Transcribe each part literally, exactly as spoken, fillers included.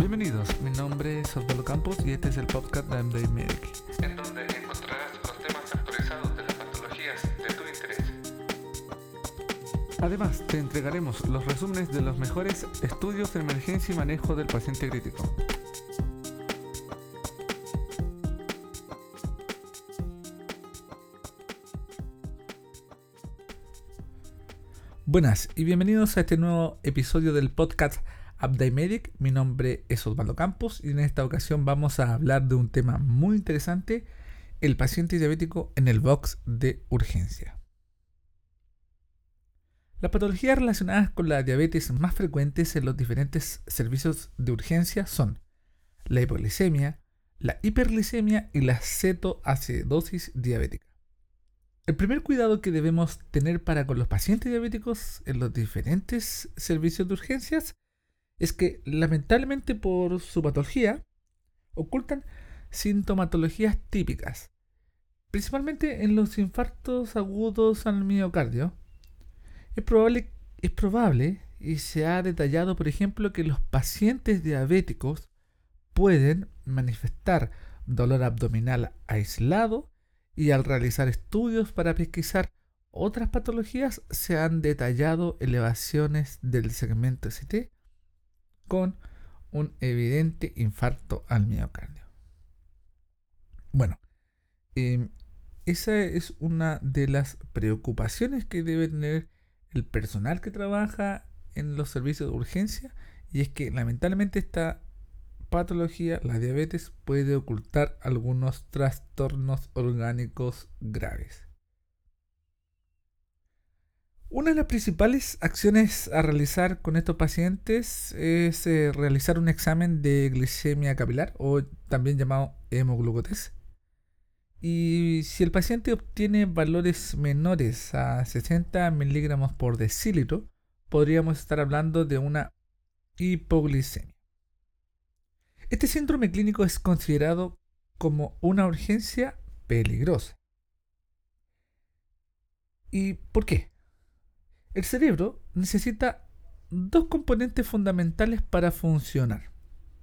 Bienvenidos, mi nombre es Osvaldo Campos y este es el podcast de AmDaimedic, en donde encontrarás los temas actualizados de las patologías de tu interés. Además, te entregaremos los resúmenes de los mejores estudios de emergencia y manejo del paciente crítico. Buenas y bienvenidos a este nuevo episodio del podcast AmDaimedic. Mi nombre es Osvaldo Campos y en esta ocasión vamos a hablar de un tema muy interesante: el paciente diabético en el box de urgencia. Las patologías relacionadas con la diabetes más frecuentes en los diferentes servicios de urgencia son la hipoglicemia, la hiperglicemia y la cetoacidosis diabética. El primer cuidado que debemos tener para con los pacientes diabéticos en los diferentes servicios de urgencias es que, lamentablemente por su patología, ocultan sintomatologías típicas, principalmente en los infartos agudos al miocardio. Es probable, es probable y se ha detallado, por ejemplo, que los pacientes diabéticos pueden manifestar dolor abdominal aislado, y al realizar estudios para pesquisar otras patologías se han detallado elevaciones del segmento S T con un evidente infarto al miocardio. Bueno, eh, esa es una de las preocupaciones que debe tener el personal que trabaja en los servicios de urgencia, y es que lamentablemente esta patología, la diabetes, puede ocultar algunos trastornos orgánicos graves. Una de las principales acciones a realizar con estos pacientes es eh, realizar un examen de glicemia capilar, o también llamado hemoglucotest. Y si el paciente obtiene valores menores a sesenta miligramos por decilitro, podríamos estar hablando de una hipoglicemia. Este síndrome clínico es considerado como una urgencia peligrosa. ¿Y por qué? El cerebro necesita dos componentes fundamentales para funcionar.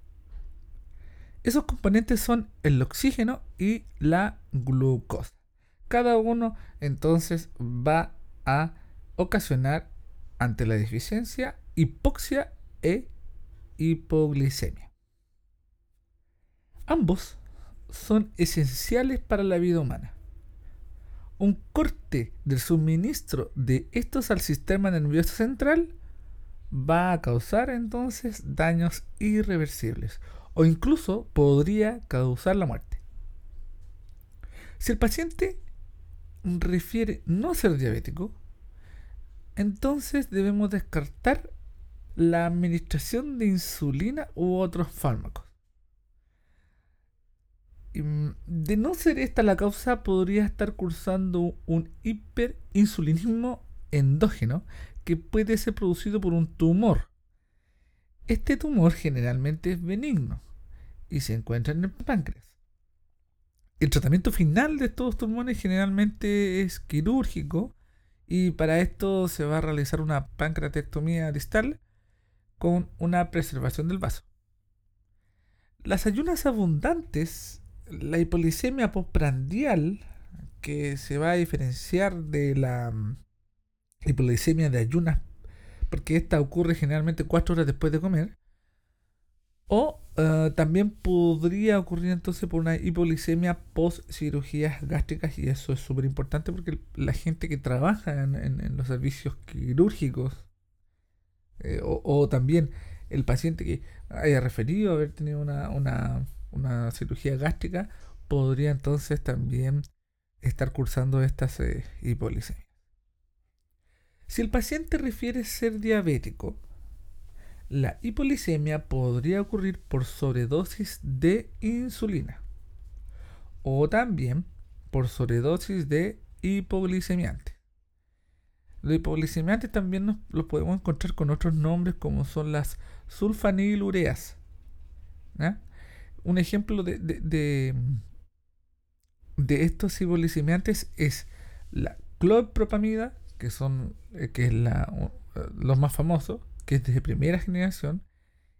Esos componentes son el oxígeno y la glucosa. Cada uno entonces va a ocasionar, ante la deficiencia, hipoxia e hipoglicemia. Ambos son esenciales para la vida humana. Un corte del suministro de estos al sistema nervioso central va a causar entonces daños irreversibles, o incluso podría causar la muerte. Si el paciente refiere no ser diabético, entonces debemos descartar la administración de insulina u otros fármacos. De no ser esta la causa, podría estar cursando un hiperinsulinismo endógeno que puede ser producido por un tumor. Este tumor generalmente es benigno y se encuentra en el páncreas. El tratamiento final de estos tumores generalmente es quirúrgico, y para esto se va a realizar una pancreatectomía distal con una preservación del vaso. Las ayunas abundantes, la hipoglicemia postprandial, que se va a diferenciar de la hipoglicemia de ayunas, porque esta ocurre generalmente cuatro horas después de comer, o uh, también podría ocurrir entonces por una hipoglicemia post cirugías gástricas, y eso es súper importante porque la gente que trabaja en, en, en los servicios quirúrgicos, eh, o, o también el paciente que haya referido haber tenido una, una, una cirugía gástrica, podría entonces también estar cursando estas eh, hipoglicemias. Si el paciente refiere ser diabético, la hipoglicemia podría ocurrir por sobredosis de insulina, o también por sobredosis de hipoglicemiantes. Los hipoglicemiantes también nos, los podemos encontrar con otros nombres, como son las sulfanilureas. ¿Ya? Un ejemplo de, de, de, de estos hipoglicemiantes es la clopropamida, que son eh, que es la, uh, los más famosos, que es de primera generación,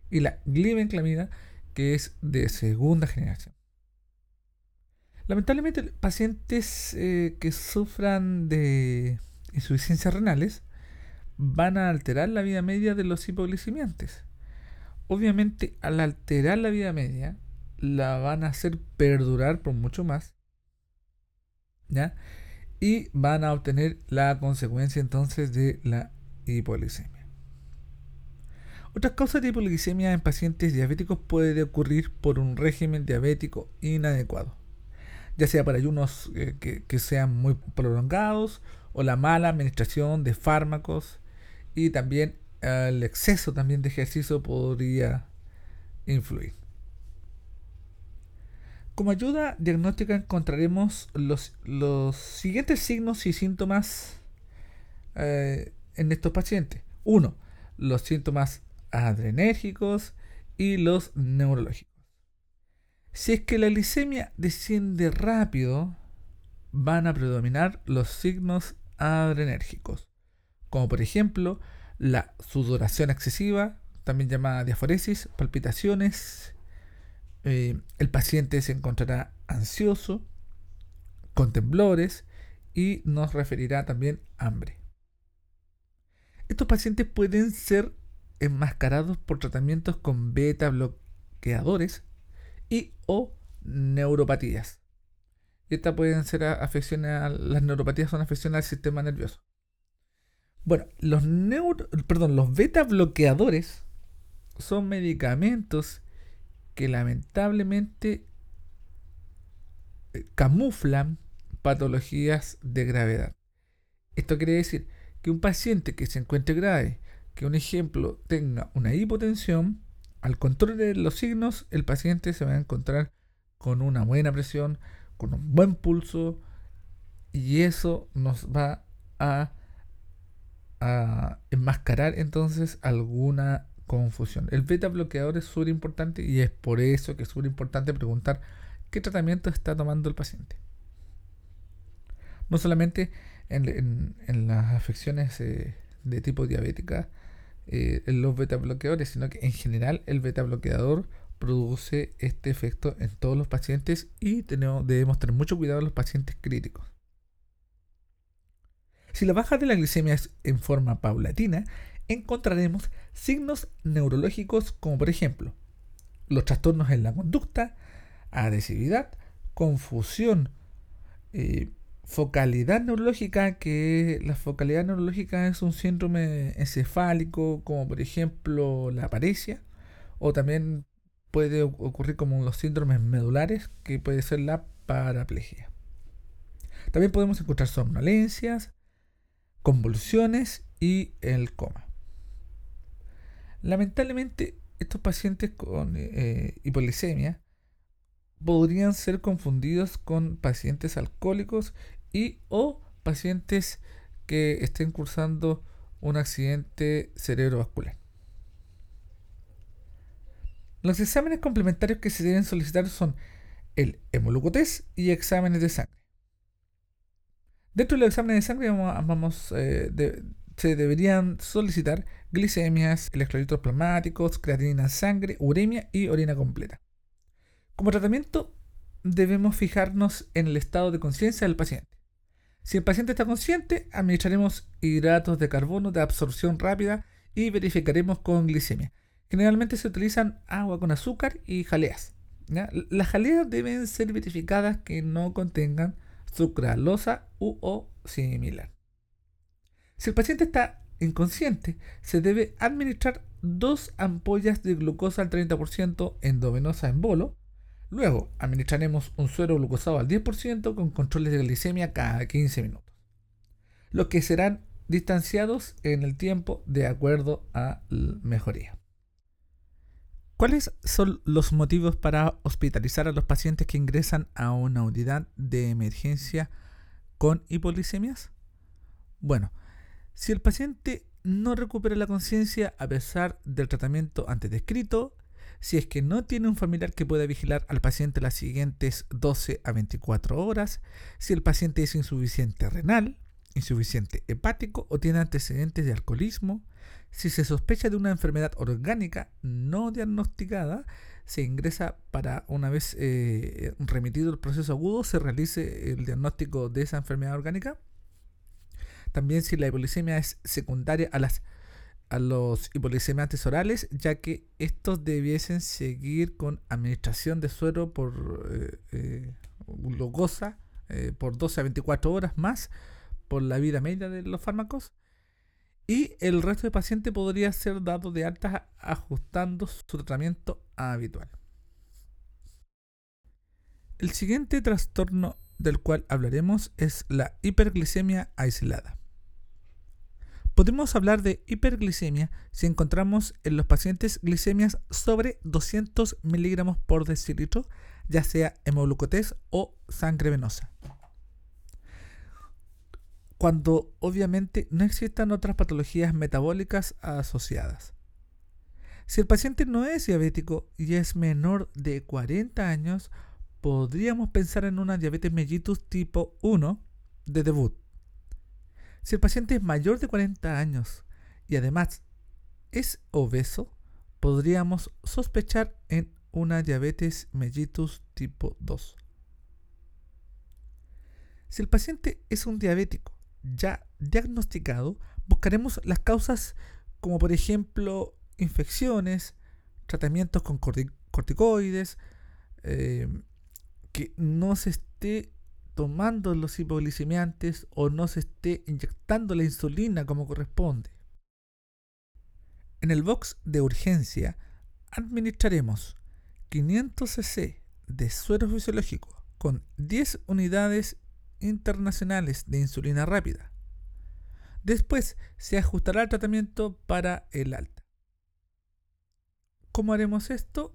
y la glibenclamida, que es de segunda generación. Lamentablemente, pacientes eh, que sufran de insuficiencias renales van a alterar la vida media de los hipoglicemiantes. Obviamente, al alterar la vida media, la van a hacer perdurar por mucho más, ¿ya? Y van a obtener la consecuencia entonces de la hipoglicemia. Otras causas de hipoglicemia en pacientes diabéticos puede ocurrir por un régimen diabético inadecuado, ya sea por ayunos eh, que, que sean muy prolongados o la mala administración de fármacos, y también eh, el exceso también de ejercicio podría influir. Como ayuda diagnóstica encontraremos los, los siguientes signos y síntomas eh, en estos pacientes. uno. Los síntomas adrenérgicos y los neurológicos. Si es que la glicemia desciende rápido, van a predominar los signos adrenérgicos, como por ejemplo la sudoración excesiva, también llamada diaforesis, palpitaciones. Eh, el paciente se encontrará ansioso, con temblores y nos referirá también hambre. Estos pacientes pueden ser enmascarados por tratamientos con beta bloqueadores y o neuropatías. Estas pueden ser afecciones a, las neuropatías son afecciones al sistema nervioso. Bueno, los neuro, perdón, los beta bloqueadores son medicamentos que lamentablemente camuflan patologías de gravedad. Esto quiere decir que un paciente que se encuentre grave, que un ejemplo tenga una hipotensión, al control de los signos, el paciente se va a encontrar con una buena presión, con un buen pulso, y eso nos va a, a enmascarar entonces alguna confusión. El beta bloqueador es súper importante y es por eso que es súper importante preguntar qué tratamiento está tomando el paciente. No solamente en, en, en las afecciones eh, de tipo diabética, eh, en los beta bloqueadores, sino que en general el beta bloqueador produce este efecto en todos los pacientes y tenemos, debemos tener mucho cuidado en los pacientes críticos. Si la baja de la glicemia es en forma paulatina, encontraremos signos neurológicos como por ejemplo los trastornos en la conducta, agresividad, confusión, eh, focalidad neurológica, que la focalidad neurológica es un síndrome encefálico como por ejemplo la paresia, o también puede ocurrir como los síndromes medulares, que puede ser la paraplegia. También podemos encontrar somnolencias, convulsiones y el coma. Lamentablemente, estos pacientes con eh, hipoglicemia podrían ser confundidos con pacientes alcohólicos y o pacientes que estén cursando un accidente cerebrovascular. Los exámenes complementarios que se deben solicitar son el hemoleucotest y exámenes de sangre. Dentro de los exámenes de sangre vamos, vamos eh, de, se deberían solicitar glicemias, electrolitos plasmáticos, creatinina en sangre, uremia y orina completa. Como tratamiento debemos fijarnos en el estado de conciencia del paciente. Si el paciente está consciente, administraremos hidratos de carbono de absorción rápida y verificaremos con glicemia. Generalmente se utilizan agua con azúcar y jaleas, ¿ya? Las jaleas deben ser verificadas que no contengan sucralosa u o similar. Si el paciente está inconsciente, se debe administrar dos ampollas de glucosa al treinta por ciento endovenosa en bolo. Luego administraremos un suero glucosado al diez por ciento con controles de glicemia cada quince minutos, los que serán distanciados en el tiempo de acuerdo a la mejoría. ¿Cuáles son los motivos para hospitalizar a los pacientes que ingresan a una unidad de emergencia con hipoglicemias? Bueno, si el paciente no recupera la conciencia a pesar del tratamiento antes descrito, si es que no tiene un familiar que pueda vigilar al paciente las siguientes doce a veinticuatro horas, si el paciente es insuficiente renal, insuficiente hepático o tiene antecedentes de alcoholismo. Si se sospecha de una enfermedad orgánica no diagnosticada, se ingresa para, una vez eh, remitido el proceso agudo, se realice el diagnóstico de esa enfermedad orgánica. También si la hipoglicemia es secundaria a las a los hipoglicemiantes orales, ya que estos debiesen seguir con administración de suero por eh, eh, glucosa eh, por doce a veinticuatro horas más por la vida media de los fármacos, y el resto de pacientes podría ser dado de alta ajustando su tratamiento habitual. El siguiente trastorno del cual hablaremos es la hiperglicemia aislada. Podemos hablar de hiperglicemia si encontramos en los pacientes glicemias sobre doscientos miligramos por decilitro, ya sea hemoglucotés o sangre venosa, cuando obviamente no existan otras patologías metabólicas asociadas. Si el paciente no es diabético y es menor de cuarenta años, podríamos pensar en una diabetes mellitus tipo uno de debut. Si el paciente es mayor de cuarenta años y además es obeso, podríamos sospechar en una diabetes mellitus tipo dos. Si el paciente es un diabético ya diagnosticado, buscaremos las causas como por ejemplo infecciones, tratamientos con corticoides, eh, que no se esté tomando los hipoglicemiantes o no se esté inyectando la insulina como corresponde. En el box de urgencia administraremos quinientos centilitros de suero fisiológico con diez unidades internacionales de insulina rápida. Después se ajustará el tratamiento para el alta. ¿Cómo haremos esto?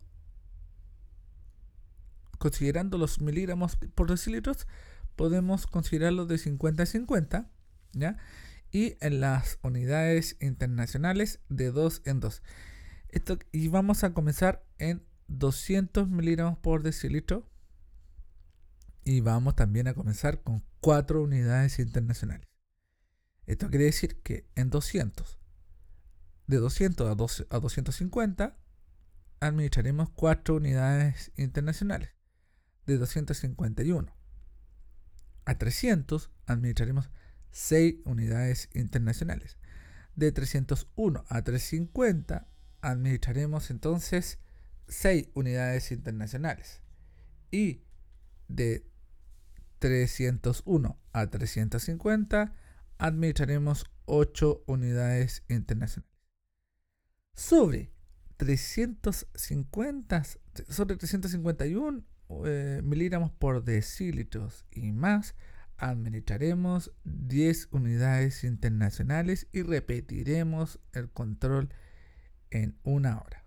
Considerando los miligramos por decilitros, podemos considerarlos de cincuenta a cincuenta, ¿ya? Y en las unidades internacionales de dos en dos. Esto, y vamos a comenzar en doscientos miligramos por decilitro. Y vamos también a comenzar con cuatro unidades internacionales. Esto quiere decir que en doscientos, de doscientos a, doce, a doscientos cincuenta, administraremos cuatro unidades internacionales. De doscientos cincuenta y uno a trescientos administraremos seis unidades internacionales. De trescientos uno a trescientos cincuenta administraremos entonces seis unidades internacionales. Y de trescientos uno a trescientos cincuenta administraremos ocho unidades internacionales. Sobre trescientos cincuenta, sobre trescientos cincuenta y uno eh, miligramos por decilitros y más, administraremos diez unidades internacionales y repetiremos el control en una hora.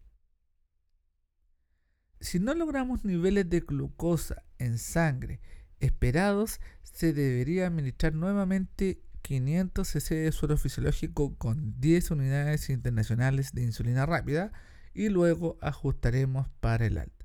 Si no logramos niveles de glucosa en sangre esperados, se debería administrar nuevamente quinientos centilitros de suero fisiológico con diez unidades internacionales de insulina rápida y luego ajustaremos para el alta.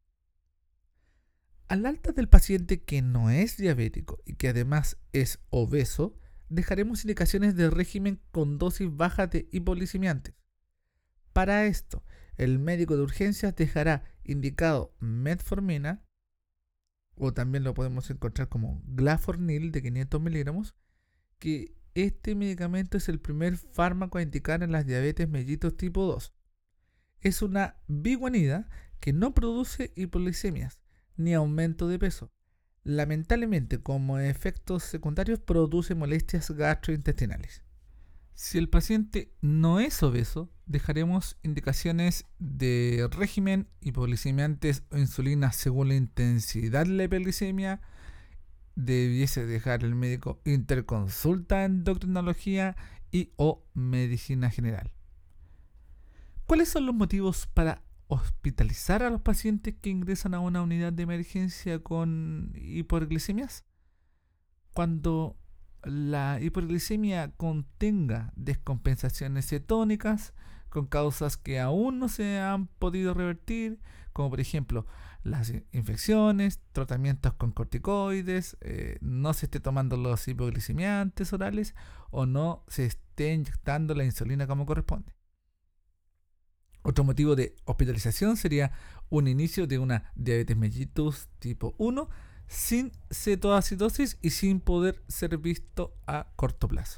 Al alta del paciente que no es diabético y que además es obeso, dejaremos indicaciones de régimen con dosis bajas de hipoglicemiantes. Para esto, el médico de urgencias dejará indicado metformina, o también lo podemos encontrar como glafornil de quinientos miligramos, que este medicamento es el primer fármaco a indicar en las diabetes mellitus tipo dos. Es una biguanida que no produce hipoglicemias ni aumento de peso. Lamentablemente, como efectos secundarios, produce molestias gastrointestinales. Si el paciente no es obeso, dejaremos indicaciones de régimen, hipoglicemiantes o insulina según la intensidad de la hiperglicemia. Debiese dejar el médico interconsulta en endocrinología y o medicina general. ¿Cuáles son los motivos para hospitalizar a los pacientes que ingresan a una unidad de emergencia con hiperglicemias? Cuando la hiperglicemia contenga descompensaciones cetónicas, con causas que aún no se han podido revertir, como por ejemplo las infecciones, tratamientos con corticoides, eh, no se esté tomando los hipoglicemiantes orales o no se esté inyectando la insulina como corresponde. Otro motivo de hospitalización sería un inicio de una diabetes mellitus tipo uno sin cetoacidosis y sin poder ser visto a corto plazo.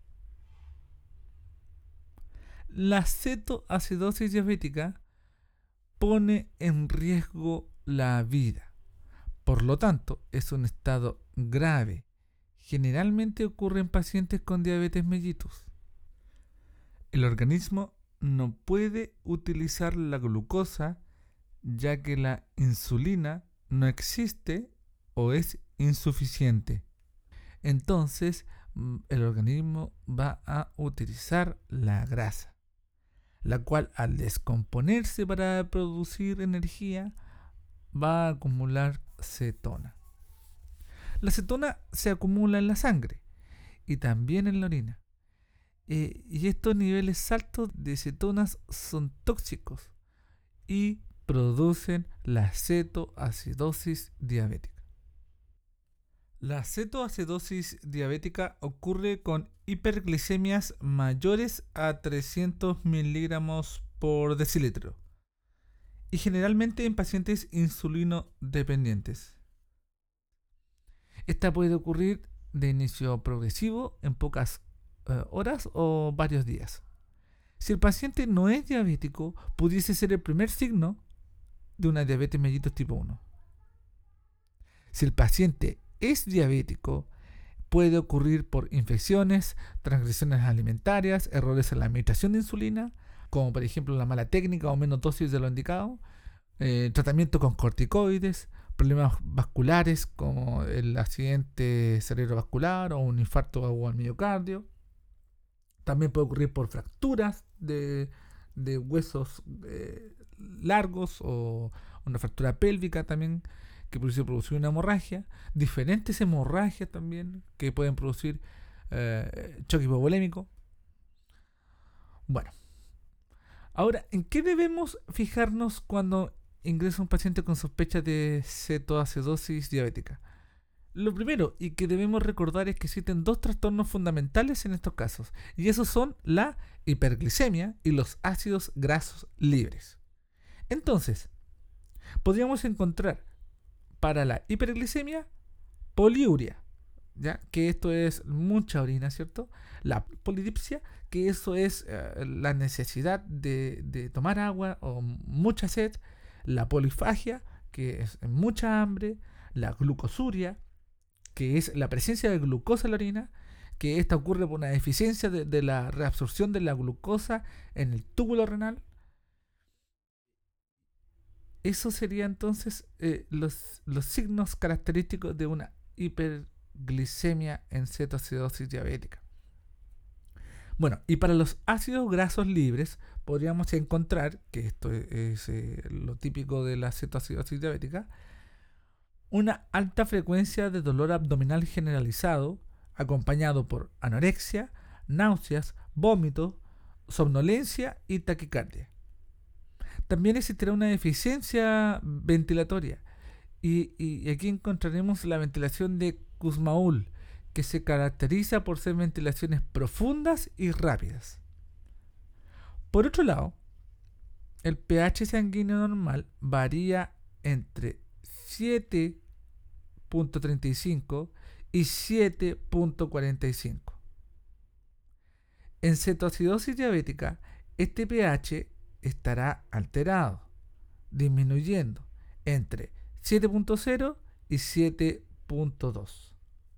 La cetoacidosis diabética pone en riesgo la vida. Por lo tanto, es un estado grave. Generalmente ocurre en pacientes con diabetes mellitus. El organismo no puede utilizar la glucosa ya que la insulina no existe o es insuficiente. Entonces, el organismo va a utilizar la grasa, la cual al descomponerse para producir energía va a acumular cetona. La cetona se acumula en la sangre y también en la orina. Eh, y estos niveles altos de cetonas son tóxicos y producen la cetoacidosis diabética. La cetoacidosis diabética ocurre con hiperglicemias mayores a trescientos miligramos por decilitro y generalmente en pacientes insulino dependientes. Esta puede ocurrir de inicio progresivo en pocas uh, horas o varios días. Si el paciente no es diabético, pudiese ser el primer signo de una diabetes mellitus tipo uno. Si el paciente es diabético, puede ocurrir por infecciones, transgresiones alimentarias, errores en la administración de insulina, como por ejemplo la mala técnica o menos dosis de lo indicado, eh, tratamiento con corticoides, problemas vasculares como el accidente cerebrovascular o un infarto o al miocardio. También puede ocurrir por fracturas de, de huesos eh, largos o una fractura pélvica también que puede producir una hemorragia, diferentes hemorragias también que pueden producir eh, choque hipovolémico. Bueno, ahora, ¿en qué debemos fijarnos cuando ingresa un paciente con sospecha de cetoacidosis diabética? Lo primero y que debemos recordar es que existen dos trastornos fundamentales en estos casos, y esos son la hiperglicemia y los ácidos grasos libres. Entonces, podríamos encontrar para la hiperglicemia poliuria, ¿ya? Que esto es mucha orina, ¿cierto? La polidipsia, que eso es uh, la necesidad de, de tomar agua o mucha sed. La polifagia, que es mucha hambre. La glucosuria, que es la presencia de glucosa en la orina, que esta ocurre por una deficiencia de, de la reabsorción de la glucosa en el túbulo renal. Eso sería entonces eh, los, los signos característicos de una hiperglicemia en cetoacidosis diabética. Bueno, y para los ácidos grasos libres podríamos encontrar, que esto es, es eh, lo típico de la cetoacidosis diabética, una alta frecuencia de dolor abdominal generalizado, acompañado por anorexia, náuseas, vómitos, somnolencia y taquicardia. También existirá una deficiencia ventilatoria y, y aquí encontraremos la ventilación de Kussmaul, que se caracteriza por ser ventilaciones profundas y rápidas. Por otro lado, el pH sanguíneo normal varía entre siete punto treinta y cinco y siete punto cuarenta y cinco. En cetoacidosis diabética, este pH estará alterado, disminuyendo entre siete punto cero y siete punto dos.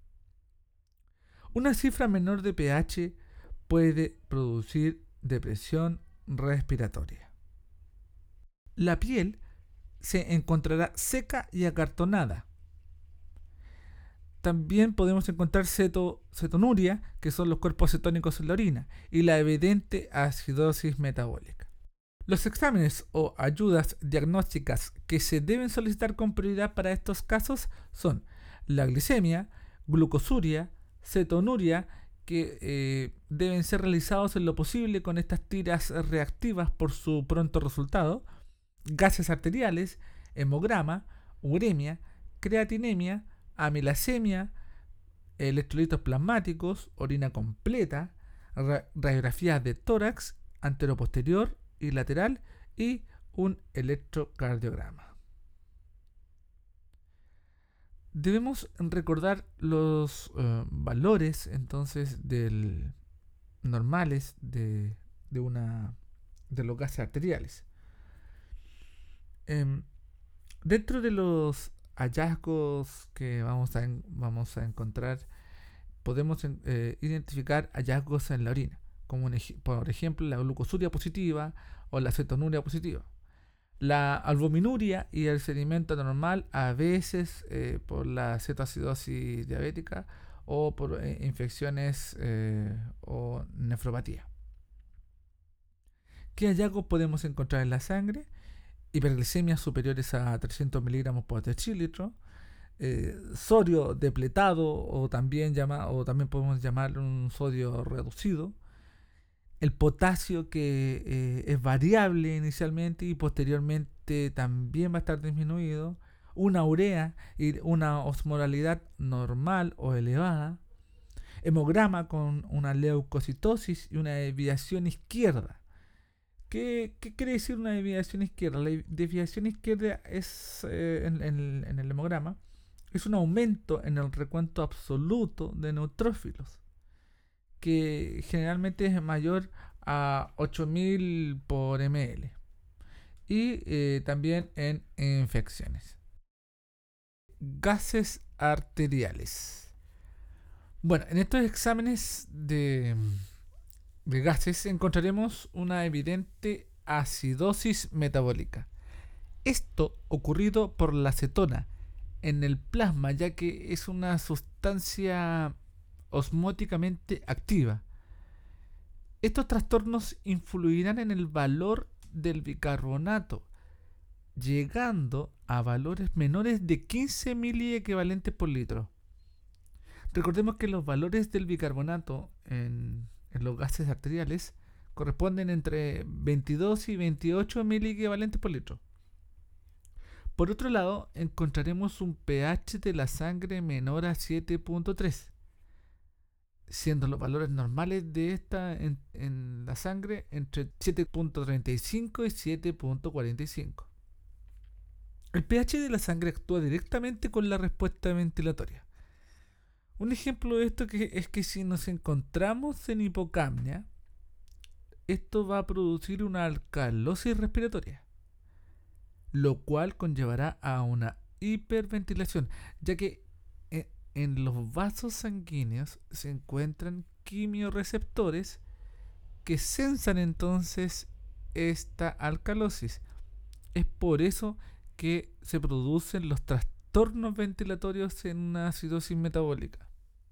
Una cifra menor de pH puede producir depresión respiratoria. La piel se encontrará seca y acartonada. También podemos encontrar ceto, cetonuria, que son los cuerpos cetónicos en la orina, y la evidente acidosis metabólica. Los exámenes o ayudas diagnósticas que se deben solicitar con prioridad para estos casos son la glicemia, glucosuria, cetonuria, que eh, deben ser realizados en lo posible con estas tiras reactivas por su pronto resultado: gases arteriales, hemograma, uremia, creatinemia, amilasemia, electrolitos plasmáticos, orina completa, ra- radiografías de tórax, anteroposterior y lateral, y un electrocardiograma. Debemos recordar los uh, valores entonces del normales de, de una de los gases arteriales. Eh, dentro de los hallazgos que vamos a, en, vamos a encontrar, podemos eh, identificar hallazgos en la orina, como un, por ejemplo la glucosuria positiva o la cetonuria positiva. La albuminuria y el sedimento anormal, a veces eh, por la cetoacidosis diabética o por eh, infecciones eh, o nefropatía. ¿Qué hallazgos podemos encontrar en la sangre? Hiperglicemias superiores a trescientos miligramos por decilitro, eh, sodio depletado o también, llama, o también podemos llamarlo un sodio reducido, el potasio que eh, es variable inicialmente y posteriormente también va a estar disminuido, una urea y una osmolalidad normal o elevada, hemograma con una leucocitosis y una desviación izquierda. ¿Qué, ¿Qué quiere decir una desviación izquierda? La desviación izquierda es, eh, en, en, en el hemograma, es un aumento en el recuento absoluto de neutrófilos, que generalmente es mayor a ocho mil por ml, y eh, también en infecciones. Gases arteriales. Bueno, en estos exámenes de, de gases encontraremos una evidente acidosis metabólica. Esto ocurrido por la acetona en el plasma, ya que es una sustancia osmóticamente activa. Estos trastornos influirán en el valor del bicarbonato, llegando a valores menores de quince miliequivalentes por litro. Recordemos que los valores del bicarbonato en, en los gases arteriales corresponden entre veintidós y veintiocho miliequivalentes por litro. Por otro lado, encontraremos un pH de la sangre menor a siete punto tres, siendo los valores normales de esta en, en la sangre entre siete punto treinta y cinco y siete punto cuarenta y cinco. El pH de la sangre actúa directamente con la respuesta ventilatoria. Un ejemplo de esto que es que si nos encontramos en hipocapnia, esto va a producir una alcalosis respiratoria, lo cual conllevará a una hiperventilación, ya que en los vasos sanguíneos se encuentran quimiorreceptores que sensan entonces esta alcalosis. Es por eso que se producen los trastornos ventilatorios en una acidosis metabólica.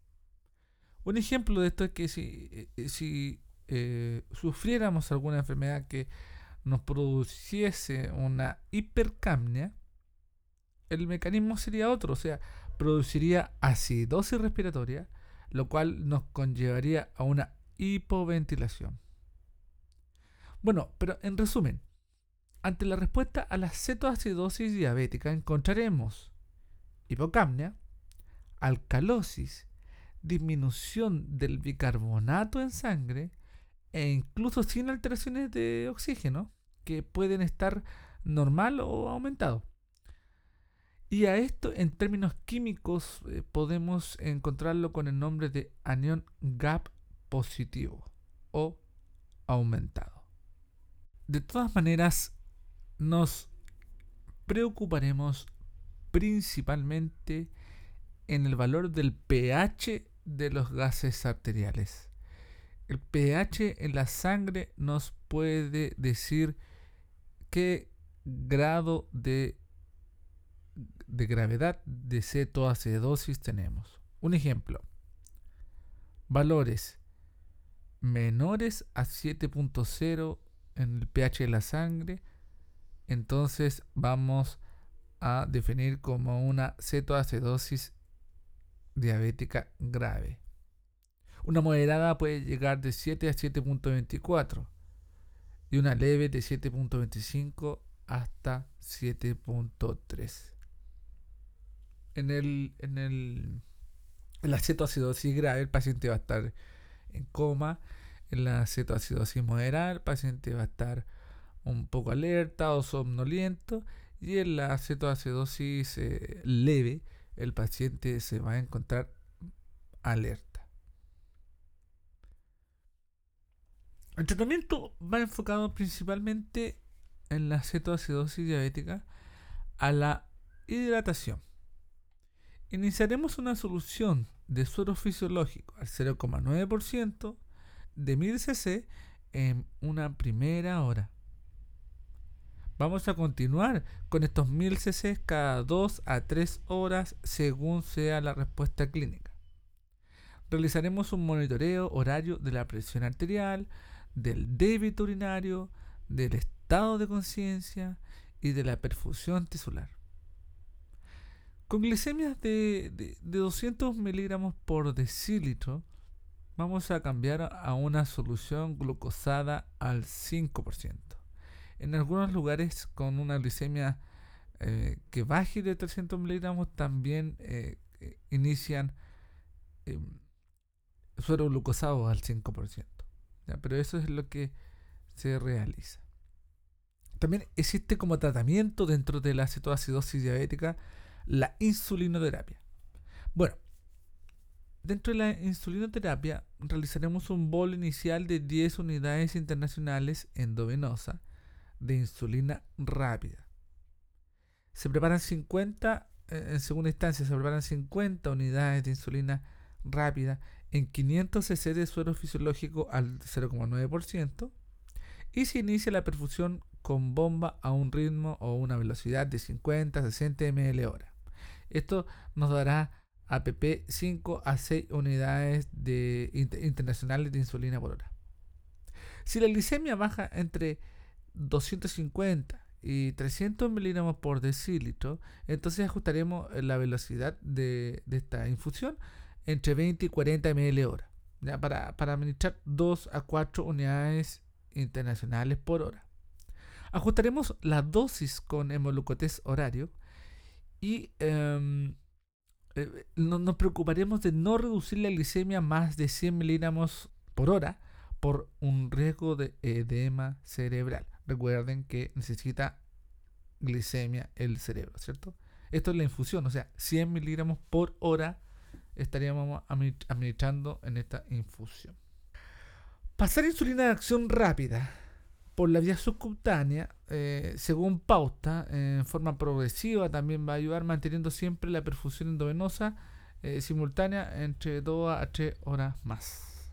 Un ejemplo de esto es que si, si eh, sufriéramos alguna enfermedad que nos produciese una hipercapnia, el mecanismo sería otro, o sea, produciría acidosis respiratoria, lo cual nos conllevaría a una hipoventilación. Bueno, pero en resumen, ante la respuesta a la cetoacidosis diabética encontraremos hipocapnia, alcalosis, disminución del bicarbonato en sangre e incluso sin alteraciones de oxígeno, que pueden estar normal o aumentado. Y a esto, en términos químicos, eh, podemos encontrarlo con el nombre de anión G A P positivo o aumentado. De todas maneras, nos preocuparemos principalmente en el valor del pH de los gases arteriales. El pH en la sangre nos puede decir qué grado de de gravedad de cetoacidosis tenemos. Un ejemplo: valores menores a siete punto cero en el pH de la sangre, entonces vamos a definir como una cetoacidosis diabética grave. Una moderada puede llegar de siete a siete punto veinticuatro y una leve de siete punto veinticinco hasta siete punto tres. En el, en el en la cetoacidosis grave el paciente va a estar en coma. En la cetoacidosis moderada el paciente va a estar un poco alerta o somnoliento. Y en la cetoacidosis eh, leve el paciente se va a encontrar alerta. El tratamiento va enfocado principalmente en la cetoacidosis diabética a la hidratación. Iniciaremos una solución de suero fisiológico al cero coma nueve por ciento de mil cc en una primera hora. Vamos a continuar con estos mil cc cada dos a tres horas según sea la respuesta clínica. Realizaremos un monitoreo horario de la presión arterial, del débito urinario, del estado de conciencia y de la perfusión tisular. Con glicemias de, de, de doscientos miligramos por decilitro, vamos a cambiar a una solución glucosada al cinco por ciento. En algunos lugares con una glicemia eh, que baje de trescientos miligramos también eh, inician eh, suero glucosado al cinco por ciento. ¿Ya? Pero eso es lo que se realiza. También existe como tratamiento dentro de la cetoacidosis diabética la insulinoterapia. Bueno, dentro de la insulinoterapia realizaremos un bolo inicial de diez unidades internacionales endovenosa de insulina rápida. Se preparan cincuenta, eh, en segunda instancia, se preparan cincuenta unidades de insulina rápida en quinientos cc de suero fisiológico al cero coma nueve por ciento y se inicia la perfusión con bomba a un ritmo o una velocidad de cincuenta a sesenta mililitros hora. Esto nos dará A P P cinco a seis unidades de inter- internacionales de insulina por hora. Si la glicemia baja entre doscientos cincuenta y trescientos miligramos por decilitro, entonces ajustaremos la velocidad de, de esta infusión entre veinte y cuarenta mililitros hora, ¿ya? Para, para administrar dos a cuatro unidades internacionales por hora. Ajustaremos la dosis con hemoglucotés horario y um, eh, no, nos preocuparemos de no reducir la glicemia más de cien miligramos por hora por un riesgo de edema cerebral. Recuerden que necesita glicemia el cerebro, ¿cierto? Esto es la infusión, o sea, cien miligramos por hora estaríamos administrando en esta infusión. Pasar insulina de acción rápida por la vía subcutánea, eh, según pauta, eh, en forma progresiva, también va a ayudar manteniendo siempre la perfusión endovenosa eh, simultánea entre dos a tres horas más.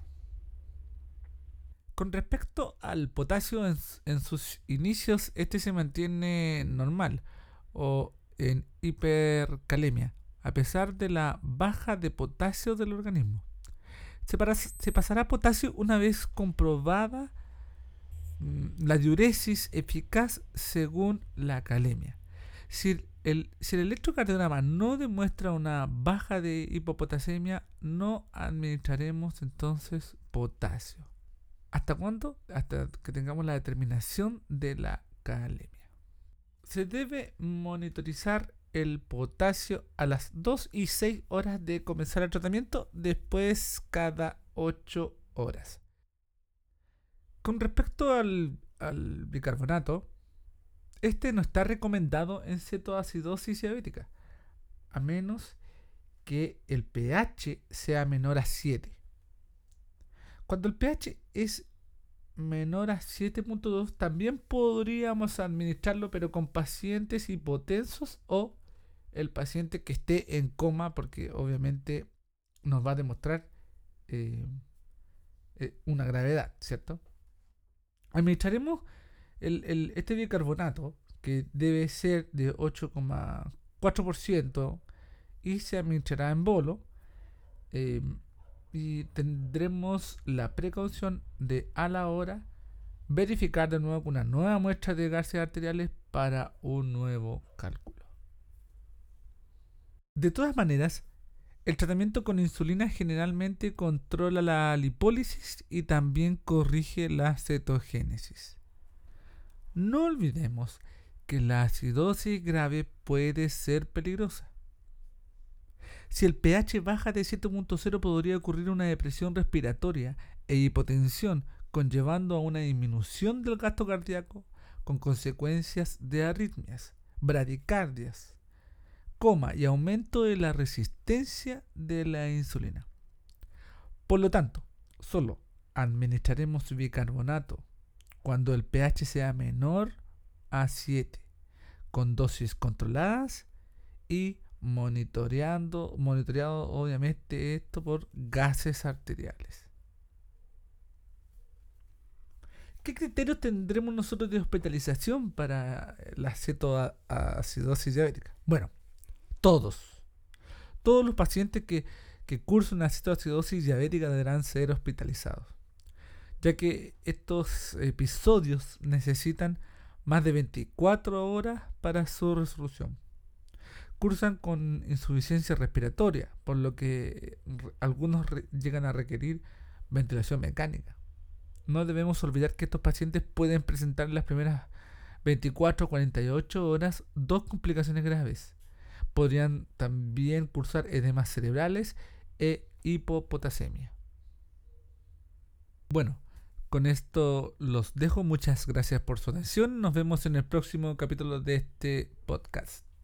Con respecto al potasio en, en sus inicios, este se mantiene normal o en hipercalemia, a pesar de la baja de potasio del organismo. Se, para, se pasará a potasio una vez comprobada mmm, la diuresis eficaz según la calemia. Si el, si el electrocardiograma no demuestra una baja de hipopotasemia, no administraremos entonces potasio. ¿Hasta cuándo? Hasta que tengamos la determinación de la calemia. Se debe monitorizar el potasio a las dos y seis horas de comenzar el tratamiento, después cada ocho horas. Con respecto al, al bicarbonato, este no está recomendado en cetoacidosis diabética, a menos que el pH sea menor a siete. Cuando el pH es menor a siete punto dos, también podríamos administrarlo, pero con pacientes hipotensos o el paciente que esté en coma, porque obviamente nos va a demostrar eh, eh, una gravedad, ¿cierto? Administraremos el, el, este bicarbonato, que debe ser de ocho coma cuatro por ciento, y se administrará en bolo, eh, y tendremos la precaución de a la hora verificar de nuevo una nueva muestra de gases arteriales para un nuevo cálculo. De todas maneras, El tratamiento con insulina generalmente controla la lipólisis y también corrige la cetogénesis. No olvidemos que la acidosis grave puede ser peligrosa. Si el pH baja de siete punto cero podría ocurrir una depresión respiratoria e hipotensión, conllevando a una disminución del gasto cardíaco con consecuencias de arritmias, bradicardias, coma y aumento de la resistencia de la insulina. Por lo tanto, solo administraremos bicarbonato cuando el pH sea menor a siete, con dosis controladas y monitoreando, monitoreado obviamente esto por gases arteriales. ¿Qué criterios tendremos nosotros de hospitalización para la cetoacidosis diabética? Bueno, todos. Todos los pacientes que, que cursan una cetoacidosis diabética deberán ser hospitalizados, ya que estos episodios necesitan más de veinticuatro horas para su resolución. Cursan con insuficiencia respiratoria, por lo que algunos re- llegan a requerir ventilación mecánica. No debemos olvidar que estos pacientes pueden presentar en las primeras veinticuatro a cuarenta y ocho horas dos complicaciones graves. Podrían también cursar edemas cerebrales e hipopotasemia. Bueno, con esto los dejo. Muchas gracias por su atención. Nos vemos en el próximo capítulo de este podcast.